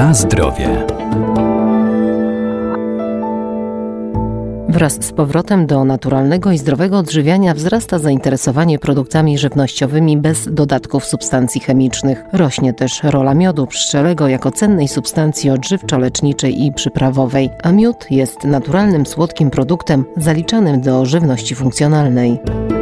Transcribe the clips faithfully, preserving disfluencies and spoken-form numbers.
Na zdrowie. Wraz z powrotem do naturalnego i zdrowego odżywiania wzrasta zainteresowanie produktami żywnościowymi bez dodatków substancji chemicznych. Rośnie też rola miodu pszczelego jako cennej substancji odżywczo-leczniczej i przyprawowej, a miód jest naturalnym słodkim produktem zaliczanym do żywności funkcjonalnej.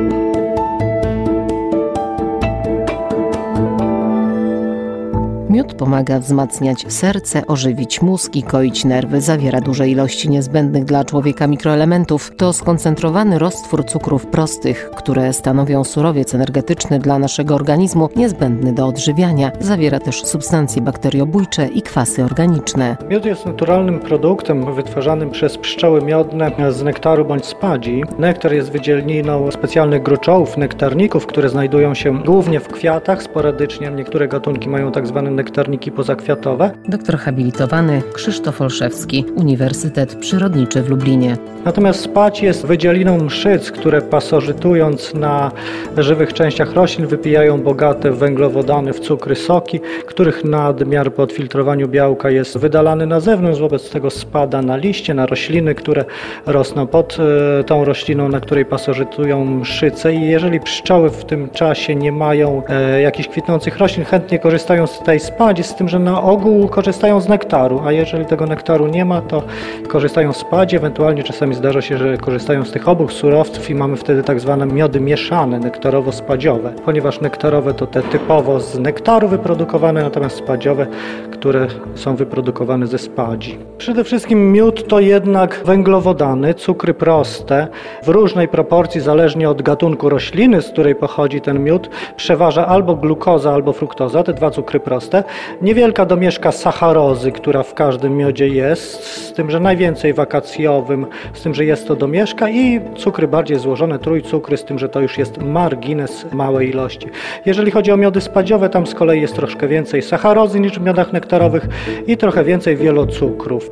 Miód pomaga wzmacniać serce, ożywić mózg i koić nerwy. Zawiera duże ilości niezbędnych dla człowieka mikroelementów. To skoncentrowany roztwór cukrów prostych, które stanowią surowiec energetyczny dla naszego organizmu, niezbędny do odżywiania. Zawiera też substancje bakteriobójcze i kwasy organiczne. Miód jest naturalnym produktem wytwarzanym przez pszczoły miodne z nektaru bądź spadzi. Nektar jest wydzielniną specjalnych gruczołów, nektarników, które znajdują się głównie w kwiatach, sporadycznie. Niektóre gatunki mają tak zwane nektarniki pozakwiatowe. Doktor habilitowany Krzysztof Olszewski, Uniwersytet Przyrodniczy w Lublinie. Natomiast spadź jest wydzieliną mszyc, które pasożytując na żywych częściach roślin wypijają bogate w węglowodany, w cukry, soki, których nadmiar po odfiltrowaniu białka jest wydalany na zewnątrz, wobec tego spada na liście, na rośliny, które rosną pod e, tą rośliną, na której pasożytują mszyce, i jeżeli pszczoły w tym czasie nie mają e, jakichś kwitnących roślin, chętnie korzystają z tej spadzi, z tym, że na ogół korzystają z nektaru, a jeżeli tego nektaru nie ma, to korzystają z spadzi, ewentualnie czasami zdarza się, że korzystają z tych obu surowców i mamy wtedy tak zwane miody mieszane, nektarowo-spadziowe, ponieważ nektarowe to te typowo z nektaru wyprodukowane, natomiast spadziowe, które są wyprodukowane ze spadzi. Przede wszystkim miód to jednak węglowodany, cukry proste, w różnej proporcji, zależnie od gatunku rośliny, z której pochodzi ten miód, przeważa albo glukoza, albo fruktoza, te dwa cukry proste. Niewielka domieszka sacharozy, która w każdym miodzie jest, z tym, że najwięcej w akacjowym, z tym, że jest to domieszka, i cukry bardziej złożone, trójcukry, z tym, że to już jest margines małej ilości. Jeżeli chodzi o miody spadziowe, tam z kolei jest troszkę więcej sacharozy niż w miodach nektarowych i trochę więcej wielocukrów.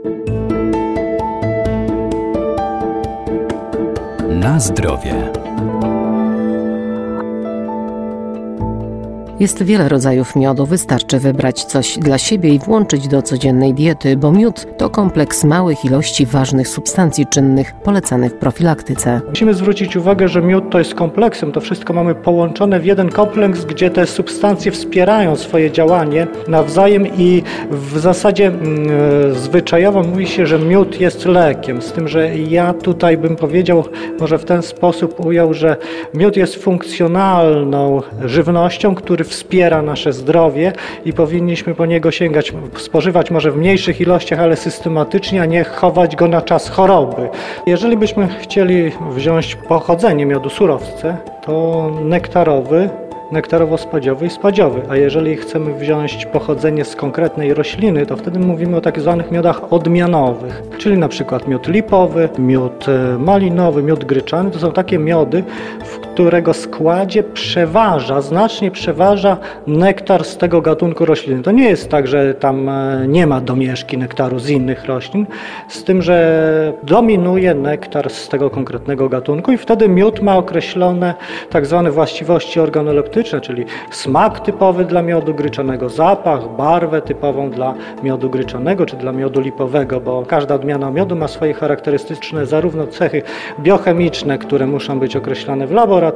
Na zdrowie. Jest wiele rodzajów miodu, wystarczy wybrać coś dla siebie i włączyć do codziennej diety, bo miód to kompleks małych ilości ważnych substancji czynnych polecany w profilaktyce. Musimy zwrócić uwagę, że miód to jest kompleksem, to wszystko mamy połączone w jeden kompleks, gdzie te substancje wspierają swoje działanie nawzajem i w zasadzie mm, zwyczajowo mówi się, że miód jest lekiem, z tym, że ja tutaj bym powiedział, może w ten sposób ujął, że miód jest funkcjonalną żywnością, który wspiera nasze zdrowie i powinniśmy po niego sięgać, spożywać może w mniejszych ilościach, ale systematycznie, a nie chować go na czas choroby. Jeżeli byśmy chcieli wziąć pochodzenie miodu, surowce, to nektarowy, nektarowo-spadziowy i spadziowy, a jeżeli chcemy wziąć pochodzenie z konkretnej rośliny, to wtedy mówimy o tak zwanych miodach odmianowych, czyli na przykład miód lipowy, miód malinowy, miód gryczany. To są takie miody, w którego składzie przeważa, znacznie przeważa nektar z tego gatunku rośliny. To nie jest tak, że tam nie ma domieszki nektaru z innych roślin, z tym, że dominuje nektar z tego konkretnego gatunku i wtedy miód ma określone tak zwane właściwości organoleptyczne, czyli smak typowy dla miodu gryczanego, zapach, barwę typową dla miodu gryczanego czy dla miodu lipowego, bo każda odmiana miodu ma swoje charakterystyczne zarówno cechy biochemiczne, które muszą być określone w laboratorium,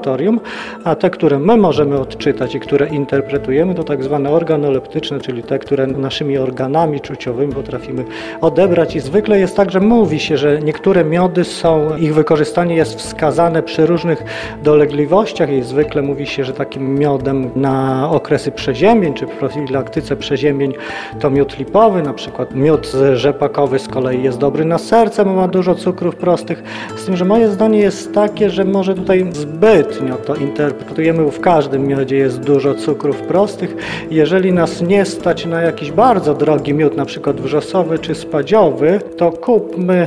a te, które my możemy odczytać i które interpretujemy, to tak zwane organoleptyczne, czyli te, które naszymi organami czuciowymi potrafimy odebrać. I zwykle jest tak, że mówi się, że niektóre miody są, ich wykorzystanie jest wskazane przy różnych dolegliwościach i zwykle mówi się, że takim miodem na okresy przeziębień czy profilaktyce przeziębień to miód lipowy, na przykład miód rzepakowy z kolei jest dobry na serce, bo ma dużo cukrów prostych, z tym, że moje zdanie jest takie, że może tutaj zbytnio to interpretujemy, bo w każdym miodzie jest dużo cukrów prostych. Jeżeli nas nie stać na jakiś bardzo drogi miód, na przykład wrzosowy czy spadziowy, to kupmy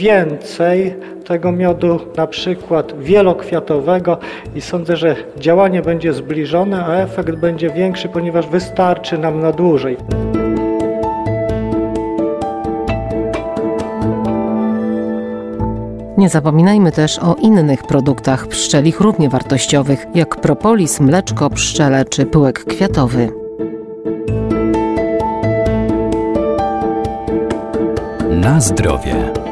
więcej tego miodu, na przykład wielokwiatowego, i sądzę, że działanie będzie zbliżone, a efekt będzie większy, ponieważ wystarczy nam na dłużej. Nie zapominajmy też o innych produktach pszczelich równie wartościowych, jak propolis, mleczko pszczele czy pyłek kwiatowy. Na zdrowie.